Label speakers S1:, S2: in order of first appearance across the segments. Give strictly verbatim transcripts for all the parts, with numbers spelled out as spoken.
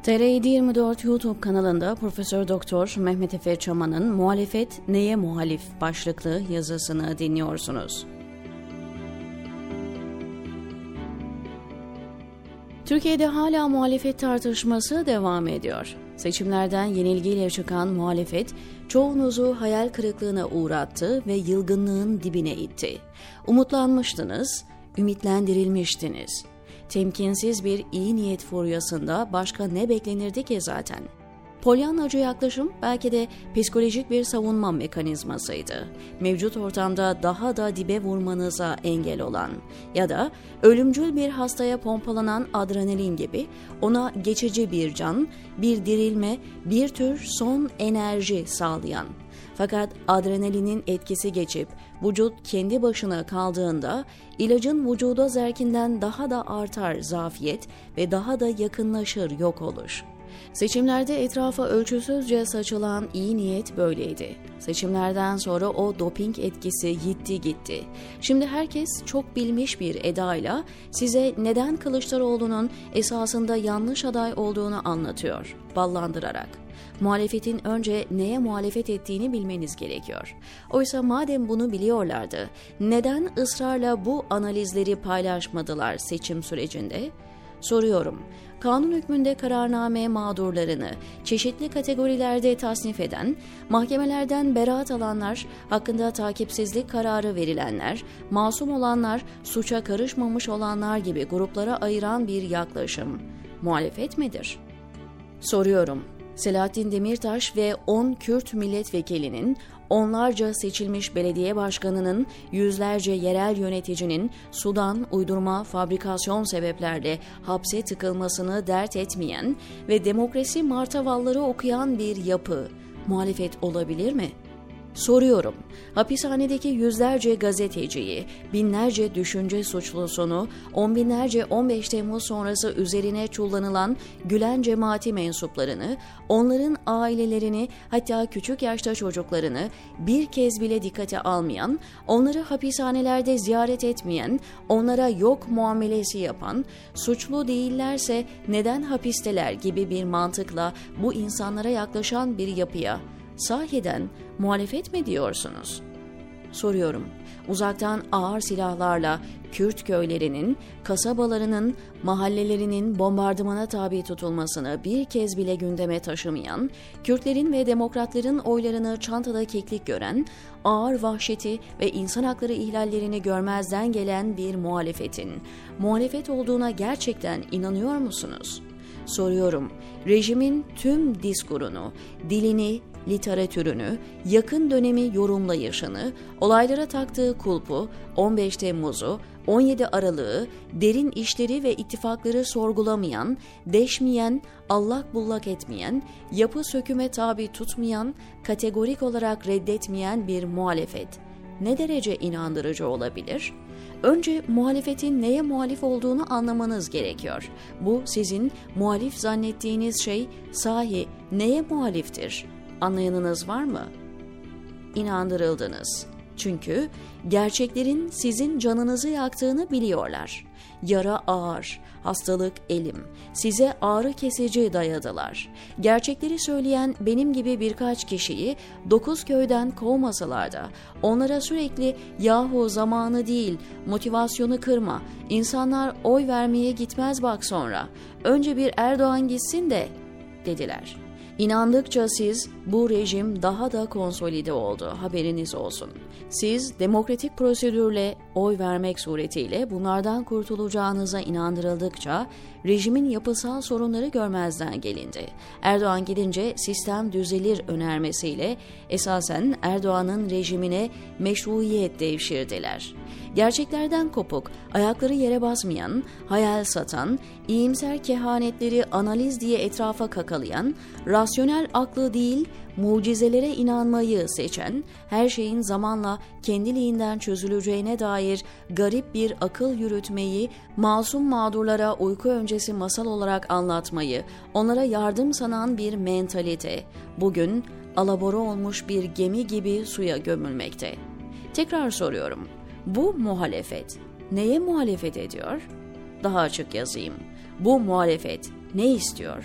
S1: T R yedi yirmi dört YouTube kanalında Profesör Doktor Mehmet Efe Çaman'ın Muhalefet Neye Muhalif başlıklı yazısını dinliyorsunuz. Türkiye'de hala muhalefet tartışması devam ediyor. Seçimlerden yenilgiyle çıkan muhalefet, çoğunuzu hayal kırıklığına uğrattı ve yılgınlığın dibine itti. Umutlanmıştınız, ümitlendirilmiştiniz. Temkinsiz bir iyi niyet furyasında başka ne beklenirdi ki zaten? Polyanacı yaklaşım belki de psikolojik bir savunma mekanizmasıydı. Mevcut ortamda daha da dibe vurmanıza engel olan ya da ölümcül bir hastaya pompalanan adrenalin gibi ona geçici bir can, bir dirilme, bir tür son enerji sağlayan. Fakat adrenalinin etkisi geçip vücut kendi başına kaldığında ilacın vücuda zerkinden daha da artar zafiyet ve daha da yakınlaşır yok oluş. Seçimlerde etrafa ölçüsüzce saçılan iyi niyet böyleydi. Seçimlerden sonra o doping etkisi gitti gitti. Şimdi herkes çok bilmiş bir edayla size neden Kılıçdaroğlu'nun esasında yanlış aday olduğunu anlatıyor, ballandırarak. Muhalefetin önce neye muhalefet ettiğini bilmeniz gerekiyor. Oysa madem bunu biliyorlardı, neden ısrarla bu analizleri paylaşmadılar seçim sürecinde? Soruyorum, kanun hükmünde kararname mağdurlarını çeşitli kategorilerde tasnif eden, mahkemelerden beraat alanlar, hakkında takipsizlik kararı verilenler, masum olanlar, suça karışmamış olanlar gibi gruplara ayıran bir yaklaşım muhalefet midir? Soruyorum, Selahattin Demirtaş ve on Kürt milletvekilinin, onlarca seçilmiş belediye başkanının, yüzlerce yerel yöneticinin sudan uydurma fabrikasyon sebeplerle hapse tıkılmasını dert etmeyen ve demokrasi martavalları okuyan bir yapı muhalefet olabilir mi? Soruyorum, hapishanedeki yüzlerce gazeteciyi, binlerce düşünce suçlusunu, on binlerce on beş Temmuz sonrası üzerine çullanılan Gülen cemaati mensuplarını, onların ailelerini, hatta küçük yaşta çocuklarını bir kez bile dikkate almayan, onları hapishanelerde ziyaret etmeyen, onlara yok muamelesi yapan, suçlu değillerse neden hapisteler gibi bir mantıkla bu insanlara yaklaşan bir yapıya sahiden muhalefet mi diyorsunuz? Soruyorum, uzaktan ağır silahlarla Kürt köylerinin, kasabalarının, mahallelerinin bombardımana tabi tutulmasını bir kez bile gündeme taşımayan, Kürtlerin ve demokratların oylarını çantada keklik gören, ağır vahşeti ve insan hakları ihlallerini görmezden gelen bir muhalefetin, muhalefet olduğuna gerçekten inanıyor musunuz? Soruyorum, rejimin tüm diskurunu, dilini, literatürünü, yakın dönemi yorumlayışını, olaylara taktığı kulpu, on beş Temmuz'u, on yedi Aralık'ı, derin işleri ve ittifakları sorgulamayan, deşmeyen, allak bullak etmeyen, yapı söküme tabi tutmayan, kategorik olarak reddetmeyen bir muhalefet ne derece inandırıcı olabilir? Önce muhalefetin neye muhalif olduğunu anlamanız gerekiyor. Bu sizin muhalif zannettiğiniz şey sahi neye muhaliftir? Anlayanınız var mı? İnandırıldınız. Çünkü gerçeklerin sizin canınızı yaktığını biliyorlar. Yara ağır, hastalık elim. Size ağrı kesici dayadılar. Gerçekleri söyleyen benim gibi birkaç kişiyi dokuz köyden kovmasalar da onlara sürekli yahu zamanı değil, motivasyonu kırma, insanlar oy vermeye gitmez bak sonra, önce bir Erdoğan gitsin de dediler. İnandıkça siz, bu rejim daha da konsolide oldu, haberiniz olsun. Siz demokratik prosedürle oy vermek suretiyle bunlardan kurtulacağınıza inandırıldıkça rejimin yapısal sorunları görmezden gelindi. Erdoğan gidince sistem düzelir önermesiyle esasen Erdoğan'ın rejimine meşruiyet devşirdiler. Gerçeklerden kopuk, ayakları yere basmayan, hayal satan, iyimser kehanetleri analiz diye etrafa kakalayan, rasyonel aklı değil, mucizelere inanmayı seçen, her şeyin zamanla kendiliğinden çözüleceğine dair garip bir akıl yürütmeyi, masum mağdurlara uyku öncesi masal olarak anlatmayı, onlara yardım sanan bir mentalite, bugün alabora olmuş bir gemi gibi suya gömülmekte. Tekrar soruyorum. Bu muhalefet neye muhalefet ediyor? Daha açık yazayım. Bu muhalefet ne istiyor?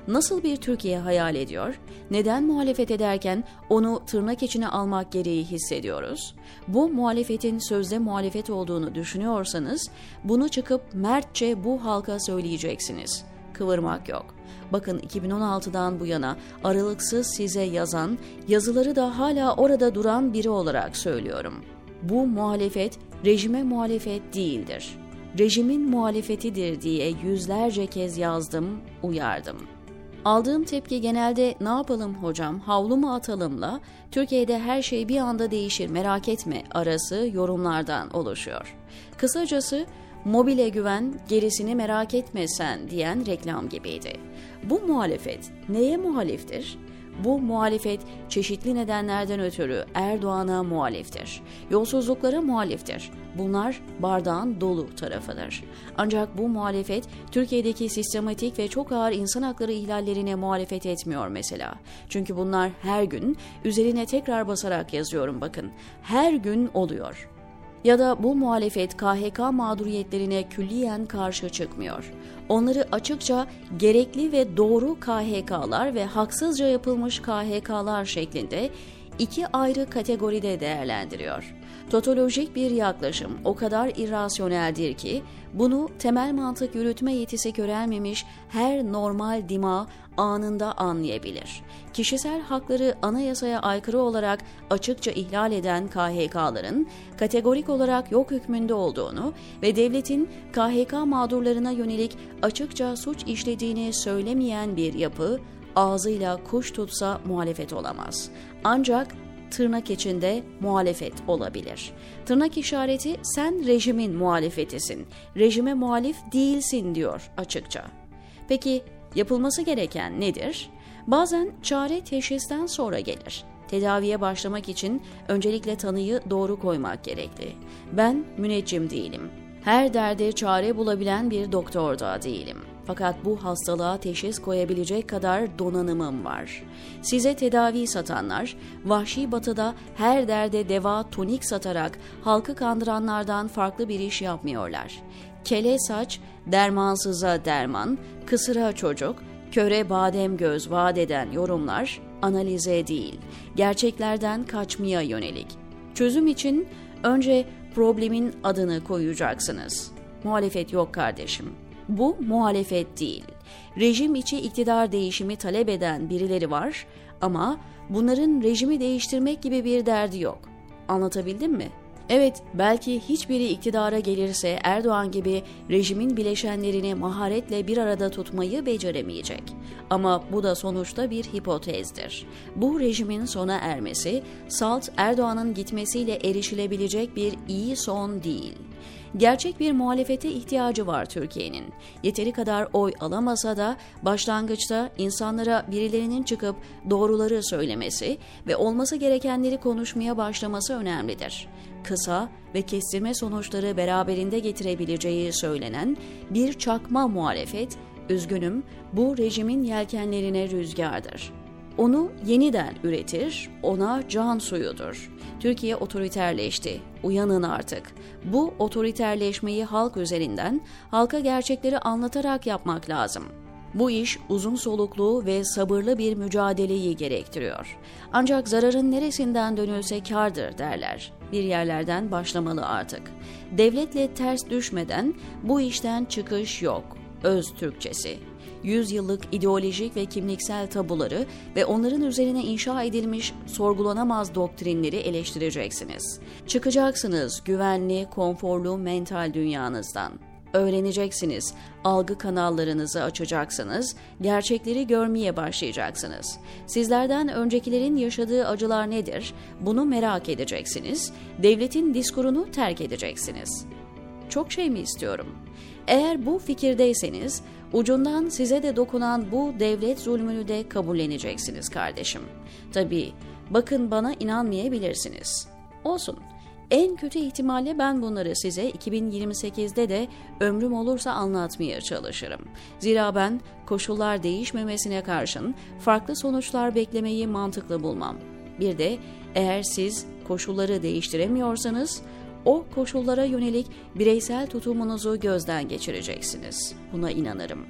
S1: Nasıl bir Türkiye hayal ediyor? Neden muhalefet ederken onu tırnak içine almak gereği hissediyoruz? Bu muhalefetin sözde muhalefet olduğunu düşünüyorsanız bunu çıkıp mertçe bu halka söyleyeceksiniz. Kıvırmak yok. Bakın iki bin on altıdan bu yana aralıksız size yazan, yazıları da hala orada duran biri olarak söylüyorum. Bu muhalefet rejime muhalefet değildir. Rejimin muhalefetidir diye yüzlerce kez yazdım, uyardım. Aldığım tepki genelde ne yapalım hocam, havlu mu atalımla, Türkiye'de her şey bir anda değişir merak etme arası yorumlardan oluşuyor. Kısacası mobile güven, gerisini merak etme sen diyen reklam gibiydi. Bu muhalefet neye muhaliftir? Bu muhalefet çeşitli nedenlerden ötürü Erdoğan'a muhaliftir. Yolsuzluklara muhaliftir. Bunlar bardağın dolu tarafıdır. Ancak bu muhalefet Türkiye'deki sistematik ve çok ağır insan hakları ihlallerine muhalefet etmiyor mesela. Çünkü bunlar her gün, üzerine tekrar basarak yazıyorum bakın, her gün oluyor. Ya da bu muhalefet K H K mağduriyetlerine külliyen karşı çıkmıyor. Onları açıkça gerekli ve doğru K H K'lar ve haksızca yapılmış K H K'lar şeklinde iki ayrı kategoride değerlendiriyor. Totolojik bir yaklaşım o kadar irrasyoneldir ki bunu temel mantık yürütme yetisi körelmemiş her normal dima anında anlayabilir. Kişisel hakları anayasaya aykırı olarak açıkça ihlal eden K H K'ların kategorik olarak yok hükmünde olduğunu ve devletin K H K mağdurlarına yönelik açıkça suç işlediğini söylemeyen bir yapı ağzıyla kuş tutsa muhalefet olamaz. Ancak tırnak içinde muhalefet olabilir. Tırnak işareti sen rejimin muhalefetisin, rejime muhalif değilsin diyor açıkça. Peki yapılması gereken nedir? Bazen çare teşhisten sonra gelir. Tedaviye başlamak için öncelikle tanıyı doğru koymak gerekli. Ben müneccim değilim. Her derde çare bulabilen bir doktor da değilim. Fakat bu hastalığa teşhis koyabilecek kadar donanımım var. Size tedavi satanlar, vahşi batıda her derde deva tonik satarak halkı kandıranlardan farklı bir iş yapmıyorlar. Kele saç, dermansıza derman, kısıra çocuk, köre badem göz vaat eden yorumlar analize değil, gerçeklerden kaçmaya yönelik. Çözüm için önce problemin adını koyacaksınız. Muhalefet yok kardeşim. Bu muhalefet değil. Rejim içi iktidar değişimi talep eden birileri var ama bunların rejimi değiştirmek gibi bir derdi yok. Anlatabildim mi? Evet, belki hiçbiri iktidara gelirse Erdoğan gibi rejimin bileşenlerini maharetle bir arada tutmayı beceremeyecek. Ama bu da sonuçta bir hipotezdir. Bu rejimin sona ermesi, salt Erdoğan'ın gitmesiyle erişilebilecek bir iyi son değil. Gerçek bir muhalefete ihtiyacı var Türkiye'nin. Yeteri kadar oy alamasa da başlangıçta insanlara birilerinin çıkıp doğruları söylemesi ve olması gerekenleri konuşmaya başlaması önemlidir. Kısa ve kestirme sonuçları beraberinde getirebileceği söylenen bir çakma muhalefet, üzgünüm, bu rejimin yelkenlerine rüzgardır. Onu yeniden üretir, ona can suyudur. Türkiye otoriterleşti. Uyanın artık. Bu otoriterleşmeyi halk üzerinden, halka gerçekleri anlatarak yapmak lazım. Bu iş uzun soluklu ve sabırlı bir mücadeleyi gerektiriyor. Ancak zararın neresinden dönülse kârdır derler. Bir yerlerden başlamalı artık. Devletle ters düşmeden bu işten çıkış yok. Öz Türkçesi. Yüzyıllık ideolojik ve kimliksel tabuları ve onların üzerine inşa edilmiş sorgulanamaz doktrinleri eleştireceksiniz. Çıkacaksınız güvenli, konforlu mental dünyanızdan. Öğreneceksiniz, algı kanallarınızı açacaksınız, gerçekleri görmeye başlayacaksınız. Sizlerden öncekilerin yaşadığı acılar nedir? Bunu merak edeceksiniz, devletin diskurunu terk edeceksiniz. Çok şey mi istiyorum? Eğer bu fikirdeyseniz, ucundan size de dokunan bu devlet zulmünü de kabulleneceksiniz kardeşim. Tabii, bakın bana inanmayabilirsiniz. Olsun. En kötü ihtimalle ben bunları size iki bin yirmi sekizde de ömrüm olursa anlatmaya çalışırım. Zira ben koşullar değişmemesine karşın farklı sonuçlar beklemeyi mantıklı bulmam. Bir de eğer siz koşulları değiştiremiyorsanız o koşullara yönelik bireysel tutumunuzu gözden geçireceksiniz. Buna inanırım.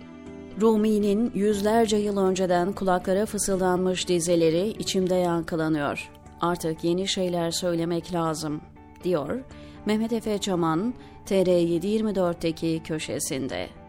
S1: Rumi'nin yüzlerce yıl önceden kulaklara fısıldanmış dizeleri içimde yankılanıyor. Artık yeni şeyler söylemek lazım, diyor Mehmet Efe Çaman, T R yedi yirmi dört'teki köşesinde.